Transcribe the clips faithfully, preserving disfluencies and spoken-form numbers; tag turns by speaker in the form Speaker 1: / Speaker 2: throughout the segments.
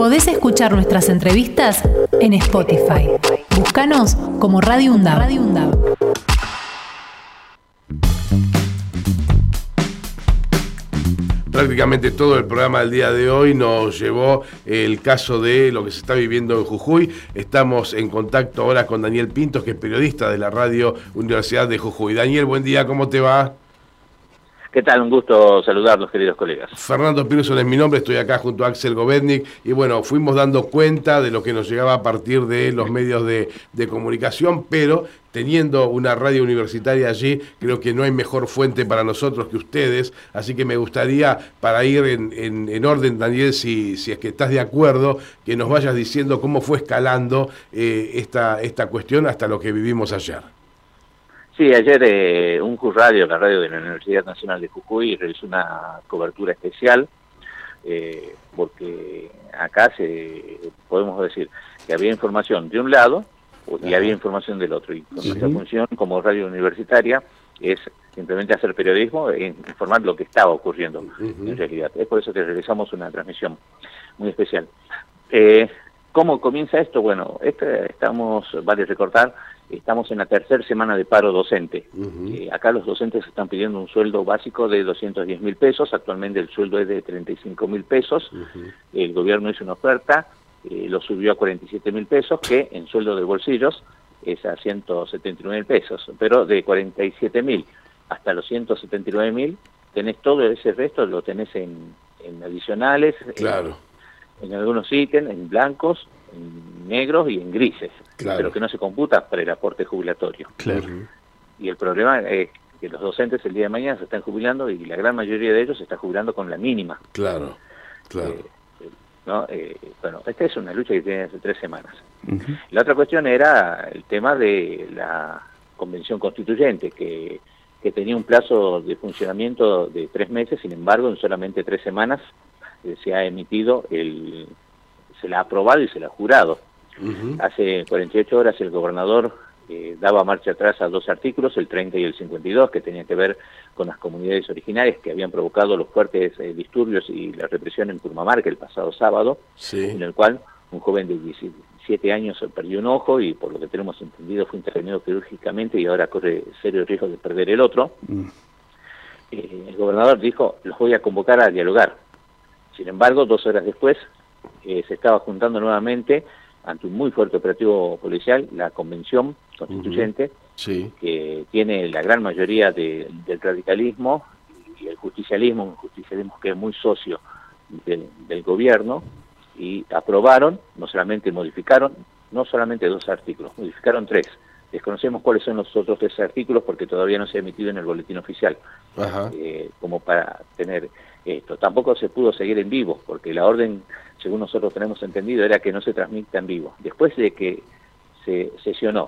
Speaker 1: Podés escuchar nuestras entrevistas en Spotify. Búscanos como Radio UNDAB. Radio UNDAB.
Speaker 2: Prácticamente todo el programa del día de hoy nos llevó el caso de lo que se está viviendo en Jujuy. Estamos en contacto ahora con Daniel Pintos, que es periodista de la Radio Universidad de Jujuy. Daniel, buen día, ¿cómo te va?
Speaker 3: ¿Qué tal? Un gusto saludarlos, queridos colegas.
Speaker 2: Fernando Pearson es mi nombre, estoy acá junto a Axel Govetnik y bueno, fuimos dando cuenta de lo que nos llegaba a partir de los medios de, de comunicación, pero teniendo una radio universitaria allí, creo que no hay mejor fuente para nosotros que ustedes, así que me gustaría, para ir en, en, en orden, Daniel, si, si es que estás de acuerdo, que nos vayas diciendo cómo fue escalando eh, esta, esta cuestión hasta lo que vivimos ayer.
Speaker 3: Sí, ayer eh, un Q Radio, la radio de la Universidad Nacional de Jujuy, realizó una cobertura especial, eh, porque acá se podemos decir que había información de un lado y había información del otro. Y con sí. nuestra función como radio universitaria es simplemente hacer periodismo e informar lo que estaba ocurriendo uh-huh. en realidad. Es por eso que realizamos una transmisión muy especial. Eh, ¿Cómo comienza esto? Bueno, este, estamos, vale recordar, estamos en la tercera semana de paro docente. Uh-huh. eh, acá los docentes están pidiendo un sueldo básico de doscientos diez mil pesos, actualmente el sueldo es de treinta y cinco mil pesos, uh-huh. el gobierno hizo una oferta, eh, lo subió a cuarenta y siete mil pesos, que en sueldo de bolsillos es a ciento setenta y nueve mil pesos, pero de cuarenta y siete mil hasta los ciento setenta y nueve mil, tenés todo ese resto, lo tenés en, en adicionales,
Speaker 2: claro.
Speaker 3: en, en algunos ítems, en blancos, en negros y en grises, claro. pero que no se computa para el aporte jubilatorio.
Speaker 2: Claro.
Speaker 3: Y el problema es que los docentes el día de mañana se están jubilando y la gran mayoría de ellos se está jubilando con la mínima.
Speaker 2: Claro, claro.
Speaker 3: Eh, ¿no? eh, bueno, esta es una lucha que tiene hace tres semanas.
Speaker 2: Uh-huh.
Speaker 3: La otra cuestión era el tema de la Convención Constituyente, que, que tenía un plazo de funcionamiento de tres meses, sin embargo, en solamente tres semanas eh, se ha emitido el... se la ha aprobado y se la ha jurado. Uh-huh. Hace cuarenta y ocho horas el gobernador eh, daba marcha atrás a dos artículos, el treinta y el cincuenta y dos, que tenían que ver con las comunidades originarias que habían provocado los fuertes eh, disturbios y la represión en Purmamarca el pasado sábado, sí. en el cual un joven de diecisiete años perdió un ojo y por lo que tenemos entendido fue intervenido quirúrgicamente y ahora corre serio riesgo de perder el otro. Uh-huh. Eh, el gobernador dijo, los voy a convocar a dialogar. Sin embargo, dos horas después, Eh, se estaba juntando nuevamente ante un muy fuerte operativo policial la Convención Constituyente, uh-huh. sí. que tiene la gran mayoría de, del radicalismo y el justicialismo, un justicialismo que es muy socio del, del gobierno, y aprobaron, no solamente modificaron, no solamente dos artículos, modificaron tres. Desconocemos cuáles son los otros tres artículos porque todavía no se ha emitido en el boletín oficial, uh-huh. eh, como para tener esto. Tampoco se pudo seguir en vivo, porque la orden, según nosotros tenemos entendido, era que no se transmita en vivo. Después de que se sesionó,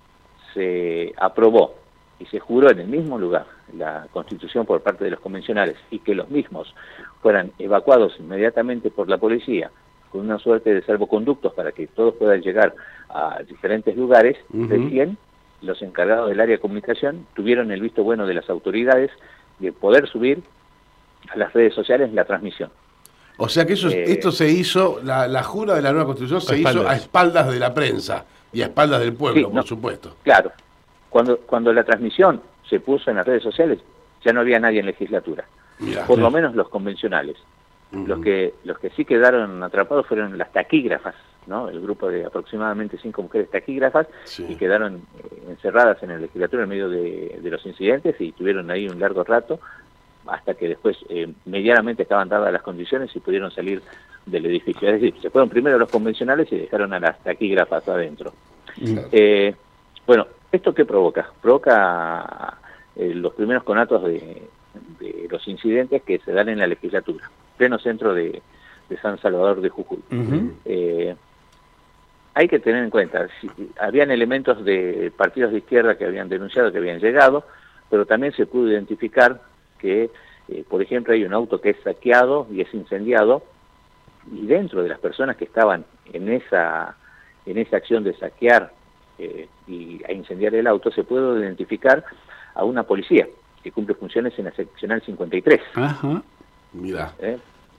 Speaker 3: se aprobó y se juró en el mismo lugar la Constitución por parte de los convencionales y que los mismos fueran evacuados inmediatamente por la policía con una suerte de salvoconductos para que todos puedan llegar a diferentes lugares, uh-huh. recién los encargados del área de comunicación tuvieron el visto bueno de las autoridades de poder subir a las redes sociales la transmisión.
Speaker 2: O sea que eso, eh, esto se hizo, la, la jura de la nueva Constitución se hizo a espaldas de la prensa y a espaldas del pueblo, sí, por no, supuesto.
Speaker 3: Claro, cuando, cuando la transmisión se puso en las redes sociales, ya no había nadie en legislatura, Mirá, por sí. lo menos los convencionales. Uh-huh. Los que los que sí quedaron atrapados fueron las taquígrafas, ¿no? El grupo de aproximadamente cinco mujeres taquígrafas, sí. y quedaron eh, encerradas en la legislatura en medio de, de los incidentes y estuvieron ahí un largo rato, hasta que después eh, medianamente estaban dadas las condiciones y pudieron salir del edificio. Es decir, se fueron primero los convencionales y dejaron a las taquígrafas adentro. Claro. Eh, bueno, ¿esto qué provoca? Provoca eh, los primeros conatos de, de los incidentes que se dan en la legislatura, pleno centro de, de San Salvador de Jujuy. Uh-huh. Eh, hay que tener en cuenta, si, habían elementos de partidos de izquierda que habían denunciado que habían llegado, pero también se pudo identificar que, eh, por ejemplo, hay un auto que es saqueado y es incendiado, y dentro de las personas que estaban en esa en esa acción de saquear eh, y a incendiar el auto, se puede identificar a una policía que cumple funciones en la seccional cincuenta y tres.
Speaker 2: Ajá, mira.
Speaker 3: ¿Eh?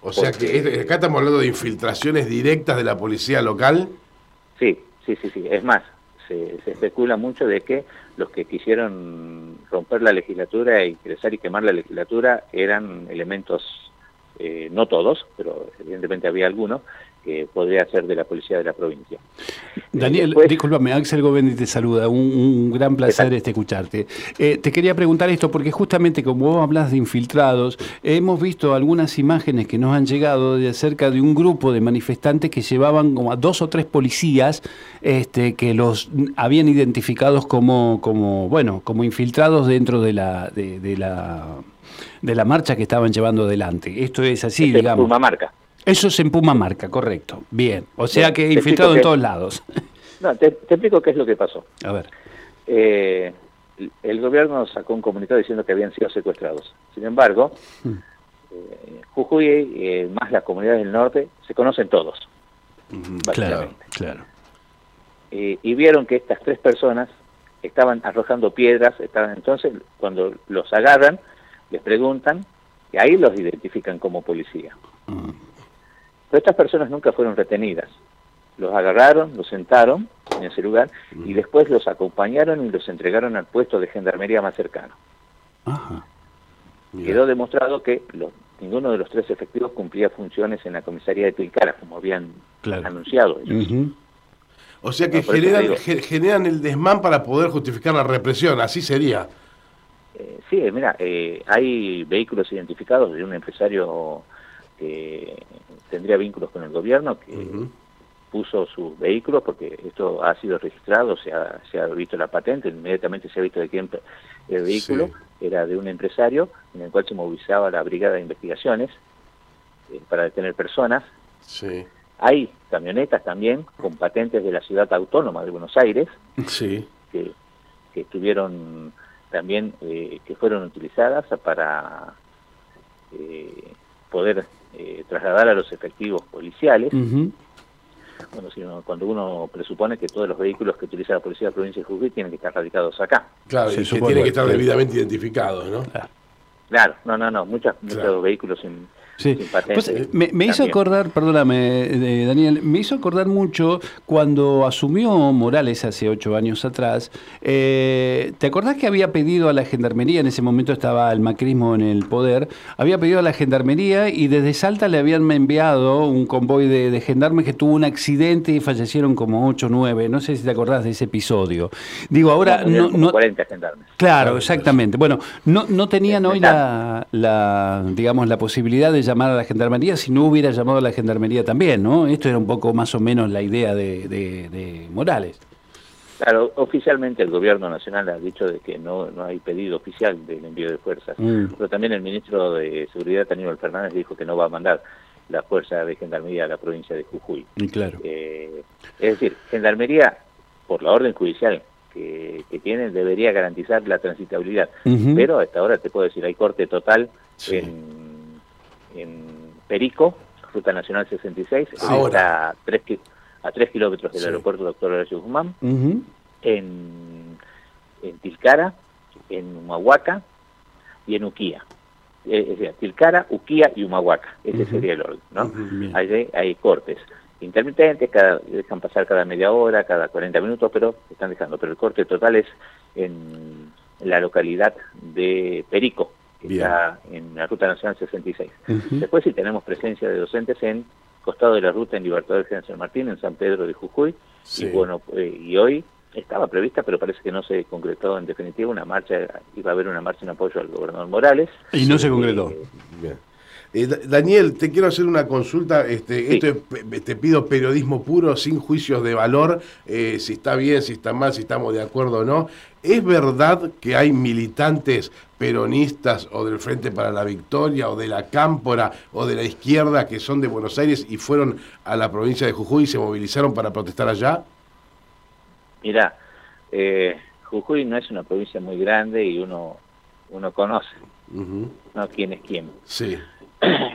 Speaker 2: O sea que es, acá estamos hablando de infiltraciones directas de la policía local.
Speaker 3: Sí, sí, sí, sí. Es más, se, se especula mucho de que los que quisieron romper la legislatura e ingresar y quemar la legislatura eran elementos, eh, no todos, pero evidentemente había algunos, que podría ser de la policía de la provincia.
Speaker 4: Daniel,
Speaker 3: Después,
Speaker 4: discúlpame, Axel Govendi te saluda, un, un gran placer este escucharte. Eh, te quería preguntar esto porque justamente como vos hablas de infiltrados, hemos visto algunas imágenes que nos han llegado de acerca de un grupo de manifestantes que llevaban como a dos o tres policías este, que los habían identificados como, como, bueno, como infiltrados dentro de la, de, de la, de la marcha que estaban llevando adelante. Esto es así,
Speaker 3: este
Speaker 4: digamos.
Speaker 3: Pumamarca.
Speaker 4: Eso es en Pumamarca, correcto. Bien. O sea
Speaker 3: Bien,
Speaker 4: que infiltrado
Speaker 3: que,
Speaker 4: en todos lados.
Speaker 3: No, te, te explico qué es lo que pasó.
Speaker 4: A ver.
Speaker 3: Eh, el gobierno sacó un comunicado diciendo que habían sido secuestrados. Sin embargo, hmm. eh, Jujuy, eh, más las comunidades del norte, se conocen todos.
Speaker 4: Mm, claro, claro.
Speaker 3: Eh, y vieron que estas tres personas estaban arrojando piedras, estaban entonces, cuando los agarran, les preguntan, y ahí los identifican como policía. Mm. Pero estas personas nunca fueron retenidas. Los agarraron, los sentaron en ese lugar y después los acompañaron y los entregaron al puesto de gendarmería más cercano.
Speaker 4: Ajá.
Speaker 3: Quedó demostrado que los, ninguno de los tres efectivos cumplía funciones en la comisaría de Tilcara, como habían claro. anunciado ellos.
Speaker 2: Uh-huh. O sea que no, generan, digo, generan el desmán para poder justificar la represión, así sería.
Speaker 3: Eh, sí, mira, eh, hay vehículos identificados de un empresario que tendría vínculos con el gobierno, que uh-huh. puso sus vehículos, porque esto ha sido registrado, se ha, se ha visto la patente, inmediatamente se ha visto de quién el vehículo, sí. era de un empresario, en el cual se movilizaba la Brigada de Investigaciones eh, para detener personas.
Speaker 2: Sí.
Speaker 3: Hay camionetas también con patentes de la Ciudad Autónoma de Buenos Aires,
Speaker 2: sí.
Speaker 3: que, que estuvieron también, eh, que fueron utilizadas para eh, poder eh, trasladar a los efectivos policiales. Uh-huh. Bueno, sino cuando uno presupone que todos los vehículos que utiliza la policía de la provincia de Jujuy tienen que estar radicados acá.
Speaker 2: Claro, y que tienen que estar debidamente identificados, ¿no?
Speaker 3: Claro, no, no, no, muchas, claro. muchos vehículos sin,
Speaker 4: sí.
Speaker 3: sin patente.
Speaker 4: Pues, me, me hizo acordar, perdóname, eh, Daniel, me hizo acordar mucho cuando asumió Morales hace ocho años atrás. Eh, ¿Te acordás que había pedido a la Gendarmería, en ese momento estaba el macrismo en el poder, había pedido a la Gendarmería y desde Salta le habían enviado un convoy de, de gendarmes que tuvo un accidente y fallecieron como ocho o nueve? No sé si te acordás de ese episodio. Digo, ahora...
Speaker 3: No,
Speaker 4: no, no
Speaker 3: cuarenta gendarmes.
Speaker 4: Claro, exactamente. Bueno, no, no tenían hoy la, la, digamos, la posibilidad de llamar a la Gendarmería si no hubiera llamado a la Gendarmería también, ¿no? Esto era un poco más o menos la idea de, de, de Morales.
Speaker 3: Claro, oficialmente el gobierno nacional ha dicho de que no, no hay pedido oficial del envío de fuerzas, mm. pero también el ministro de Seguridad, Aníbal Fernández, dijo que no va a mandar la fuerza de Gendarmería a la provincia de Jujuy.
Speaker 4: Y claro.
Speaker 3: Eh, es decir, Gendarmería, por la orden judicial que, que tiene, debería garantizar la transitabilidad, uh-huh. pero hasta ahora te puedo decir, hay corte total sí. en... en Perico, Ruta Nacional sesenta y seis,
Speaker 2: ahora.
Speaker 3: a tres, a tres kilómetros del sí. aeropuerto Doctor Horacio Guzmán,
Speaker 4: uh-huh.
Speaker 3: en, en Tilcara, en Humahuaca y en Uquía. Es decir, Tilcara, Uquía y Humahuaca. Ese uh-huh. sería el orden, ¿no? Uh-huh. Hay, hay cortes intermitentes, cada, dejan pasar cada media hora, cada cuarenta minutos, pero están dejando. Pero el corte total es en, en la localidad de Perico, que Bien. está en la Ruta Nacional sesenta y seis. Uh-huh. Después sí tenemos presencia de docentes en costado de la ruta en Libertador General San Martín, en San Pedro de Jujuy, sí. y bueno, eh, y hoy estaba prevista, pero parece que no se concretó en definitiva una marcha, iba a haber una marcha en apoyo al gobernador Morales.
Speaker 4: Y no se concretó.
Speaker 2: Eh, Bien. Eh, Daniel, te quiero hacer una consulta, este, sí. esto es, te pido periodismo puro, sin juicios de valor, eh, si está bien, si está mal, si estamos de acuerdo o no. ¿Es verdad que hay militantes peronistas o del Frente para la Victoria o de la Cámpora o de la izquierda que son de Buenos Aires y fueron a la provincia de Jujuy y se movilizaron para protestar allá?
Speaker 3: Mirá, eh, Jujuy no es una provincia muy grande y uno, uno conoce, uh-huh. ¿no? ¿Quién es quién?
Speaker 2: Sí.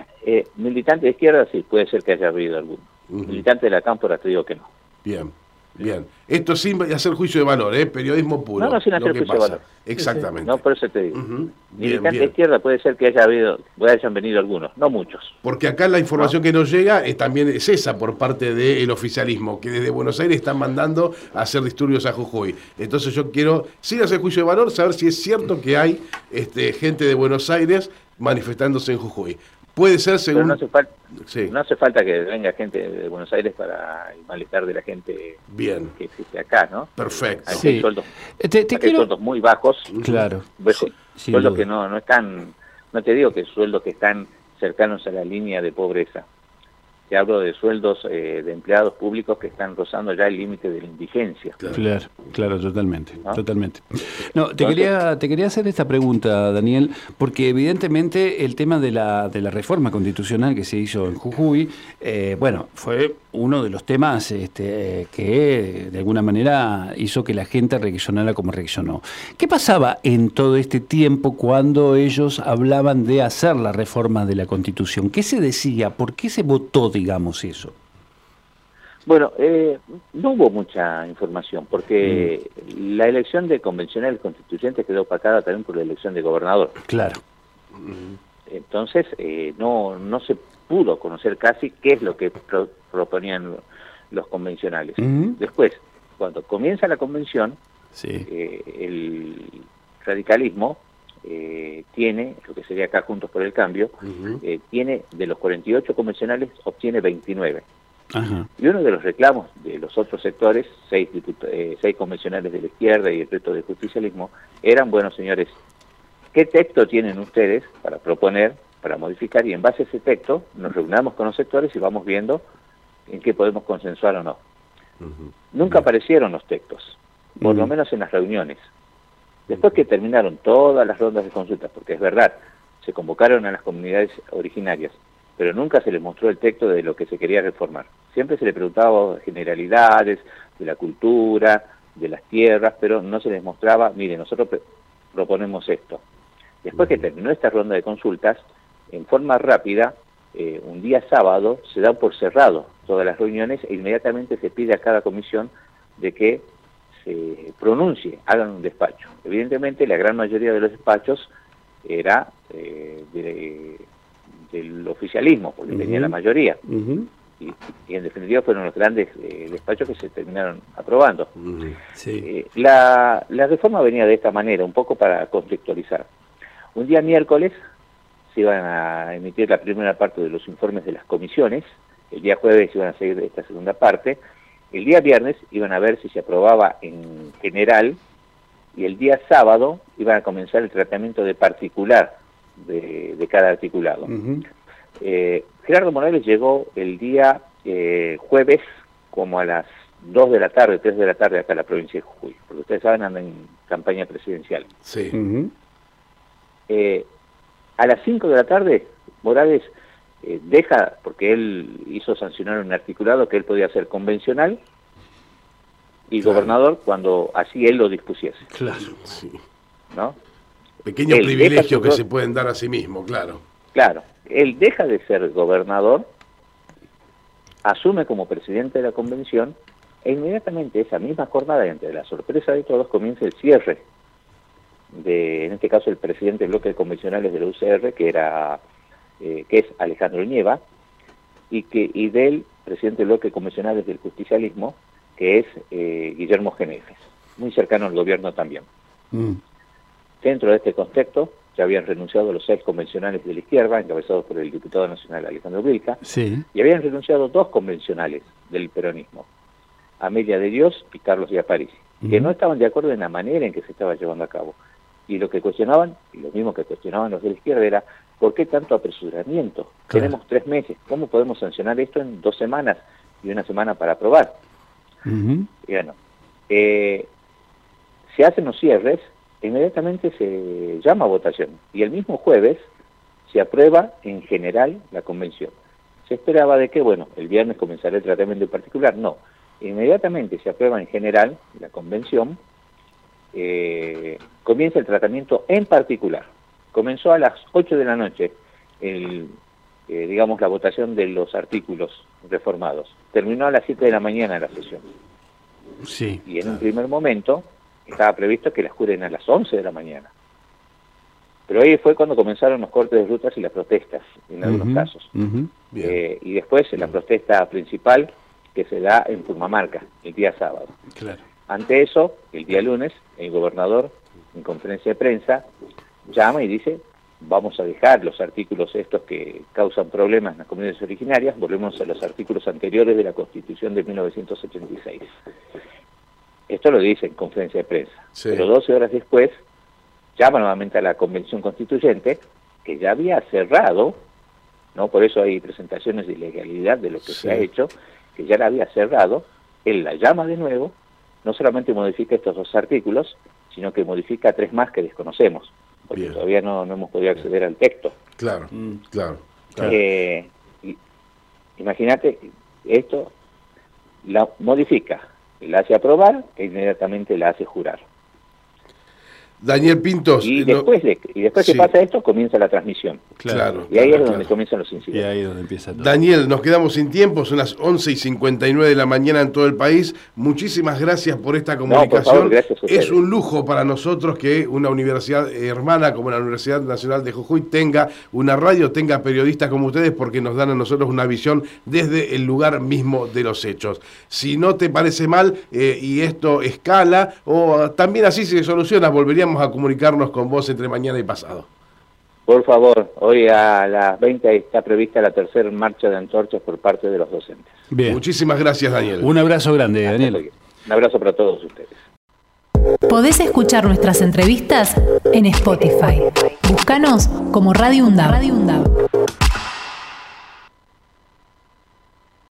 Speaker 3: Eh, militante de izquierda sí, puede ser que haya habido alguno. Uh-huh. Militante de la Cámpora te digo que no.
Speaker 2: Bien, Bien. Esto sin hacer juicio de valor, ¿eh? Periodismo puro.
Speaker 3: No, no, sin hacer juicio de valor.
Speaker 2: Exactamente.
Speaker 3: No, por eso te digo.
Speaker 2: Uh-huh.
Speaker 3: Militante de izquierda puede ser que haya habido, hayan venido algunos, no muchos.
Speaker 2: Porque acá la información no. que nos llega es, también es esa por parte del oficialismo, que desde Buenos Aires están mandando a hacer disturbios a Jujuy. Entonces yo quiero, sin hacer juicio de valor, saber si es cierto que hay este, gente de Buenos Aires manifestándose en Jujuy. Puede ser según...
Speaker 3: Pero no hace, falta, sí. no hace falta que venga gente de Buenos Aires para el malestar de la gente
Speaker 2: Bien.
Speaker 3: que existe acá, ¿no?
Speaker 2: Perfecto.
Speaker 3: Hay
Speaker 4: sí.
Speaker 3: sueldos,
Speaker 4: te, te
Speaker 3: hay
Speaker 4: quiero...
Speaker 3: sueldos muy bajos.
Speaker 4: Claro.
Speaker 3: Bajos, sí, sueldos que no, no están, no te digo que sueldos que están cercanos a la línea de pobreza. Te hablo de sueldos eh, de empleados públicos que están rozando ya el límite de la indigencia.
Speaker 4: Claro, claro, claro totalmente, ¿no? totalmente. No, te Entonces, quería, te quería hacer esta pregunta, Daniel, porque evidentemente el tema de la, de la reforma constitucional que se hizo en Jujuy, eh, bueno, fue uno de los temas este, que de alguna manera hizo que la gente reaccionara como reaccionó. ¿Qué pasaba en todo este tiempo cuando ellos hablaban de hacer la reforma de la Constitución? ¿Qué se decía? ¿Por qué se votó, digamos, eso?
Speaker 3: Bueno, eh, no hubo mucha información, porque mm. la elección de convencionales constituyentes quedó opacada también por la elección de gobernador.
Speaker 4: Claro.
Speaker 3: Entonces, eh, no, no se pudo conocer casi qué es lo que pro, proponían los convencionales. Uh-huh. Después, cuando comienza la convención, sí. eh, el radicalismo eh, tiene, lo que sería acá Juntos por el Cambio, uh-huh. eh, tiene de los cuarenta y ocho convencionales, obtiene veintinueve. Uh-huh. Y uno de los reclamos de los otros sectores, seis, eh, seis convencionales de la izquierda y el resto del justicialismo, eran, bueno, señores, ¿qué texto tienen ustedes para proponer, para modificar? Y en base a ese texto nos reunamos con los sectores y vamos viendo en qué podemos consensuar o no. Uh-huh. Nunca uh-huh. aparecieron los textos, por uh-huh. lo menos en las reuniones. Después que terminaron todas las rondas de consultas, porque es verdad, se convocaron a las comunidades originarias, pero nunca se les mostró el texto de lo que se quería reformar. Siempre se le preguntaba generalidades de la cultura, de las tierras, pero no se les mostraba, mire, nosotros proponemos esto. Después que terminó esta ronda de consultas, en forma rápida, eh, un día sábado, se dan por cerrado todas las reuniones e inmediatamente se pide a cada comisión de que se pronuncie, hagan un despacho. Evidentemente, la gran mayoría de los despachos era eh, de, del oficialismo, porque uh-huh. tenía la mayoría. Uh-huh. y, y en definitiva fueron los grandes eh, despachos que se terminaron aprobando. Uh-huh. Sí. Eh, la, la reforma venía de esta manera, un poco para contextualizar. Un día miércoles se iban a emitir la primera parte de los informes de las comisiones, el día jueves iban a seguir esta segunda parte, el día viernes iban a ver si se aprobaba en general, y el día sábado iban a comenzar el tratamiento de particular de, de cada articulado. Uh-huh. eh, Gerardo Morales llegó el día eh, jueves como a las dos de la tarde, tres de la tarde acá a la provincia de Jujuy, porque ustedes saben, andan en campaña presidencial.
Speaker 2: Sí.
Speaker 3: Uh-huh. eh, a las cinco de la tarde, Morales eh, deja, porque él hizo sancionar un articulado que él podía hacer convencional y claro. gobernador cuando así él lo dispusiese.
Speaker 2: Claro, sí.
Speaker 3: ¿No?
Speaker 2: Pequeños privilegios que se pueden dar a sí mismo, claro.
Speaker 3: Claro, él deja de ser gobernador, asume como presidente de la convención e inmediatamente esa misma jornada, entre la sorpresa de todos, comienza el cierre de, en este caso, el presidente del bloque de convencionales de la U C R, que era eh, que es Alejandro Nieva, y que y del presidente del bloque de convencionales del justicialismo, que es eh, Guillermo Genefes, muy cercano al gobierno también. Mm. Dentro de este contexto, ya habían renunciado los seis convencionales de la izquierda, encabezados por el diputado nacional Alejandro Vilca,
Speaker 4: sí.
Speaker 3: y habían renunciado dos convencionales del peronismo, Amelia de Dios y Carlos de Aparici, mm. que no estaban de acuerdo en la manera en que se estaba llevando a cabo. Y lo que cuestionaban, y lo mismo que cuestionaban los de la izquierda, era ¿por qué tanto apresuramiento? Claro. Tenemos tres meses, ¿cómo podemos sancionar esto en dos semanas y una semana para aprobar? Uh-huh. Y bueno, eh, se hacen los cierres, e inmediatamente se llama a votación, y el mismo jueves se aprueba en general la convención. Se esperaba de que, bueno, el viernes comenzará el tratamiento en particular, no, inmediatamente se aprueba en general la convención, eh, comienza el tratamiento en particular. Comenzó a las ocho de la noche, el, eh, digamos, la votación de los artículos reformados. Terminó a las siete de la mañana la sesión.
Speaker 4: Sí,
Speaker 3: y en
Speaker 4: claro.
Speaker 3: un primer momento estaba previsto que las juren a las once de la mañana. Pero ahí fue cuando comenzaron los cortes de rutas y las protestas, en algunos
Speaker 4: Ujú,
Speaker 3: casos.
Speaker 4: ujú.
Speaker 3: Eh, y después en la protesta principal que se da en Purmamarca, el día sábado.
Speaker 4: Claro.
Speaker 3: Ante eso, el día lunes, el gobernador, en conferencia de prensa, llama y dice, vamos a dejar los artículos estos que causan problemas en las comunidades originarias, volvemos a los artículos anteriores de la Constitución de mil novecientos ochenta y seis. Esto lo dice en conferencia de prensa.
Speaker 2: Sí.
Speaker 3: Pero doce horas después, llama nuevamente a la Convención Constituyente, que ya había cerrado, ¿no? Por eso hay presentaciones de ilegalidad de lo que
Speaker 2: Sí.
Speaker 3: se ha hecho, que ya la había cerrado, él la llama de nuevo, no solamente modifica estos dos artículos, sino que modifica tres más que desconocemos, porque
Speaker 2: Bien.
Speaker 3: todavía no, no hemos podido acceder al texto.
Speaker 2: Claro,
Speaker 4: Mm.
Speaker 2: claro. claro.
Speaker 3: Eh, y- imagínate, esto la modifica, la hace aprobar e inmediatamente la hace jurar.
Speaker 2: Daniel Pintos.
Speaker 3: Y
Speaker 2: eh, no-
Speaker 3: después, de, y después
Speaker 2: Sí.
Speaker 3: que pasa esto, comienza la transmisión.
Speaker 2: Claro.
Speaker 3: Y ahí es
Speaker 2: claro,
Speaker 3: donde
Speaker 2: claro.
Speaker 3: comienzan los
Speaker 4: Y
Speaker 3: incidentes.
Speaker 4: ahí es donde empieza todo.
Speaker 2: Daniel, nos quedamos sin tiempo, son las once y cincuenta y nueve de la mañana en todo el país. Muchísimas gracias por esta comunicación.
Speaker 3: favor, gracias a ustedes.
Speaker 2: Es un lujo para nosotros que una universidad hermana como la Universidad Nacional de Jujuy tenga una radio, tenga periodistas como ustedes, porque nos dan a nosotros una visión desde el lugar mismo de los hechos. Si no te parece mal eh, y esto escala, o también así se soluciona, volveríamos a comunicarnos con vos entre mañana y pasado.
Speaker 3: Por favor, hoy a las veinte está prevista la tercera marcha de antorchas por parte de los docentes.
Speaker 4: Bien.
Speaker 2: Muchísimas gracias, Daniel.
Speaker 4: Un abrazo grande, Daniel.
Speaker 3: Un abrazo para todos ustedes.
Speaker 1: Podés escuchar nuestras entrevistas en Spotify. Búscanos como Radio UNDAB.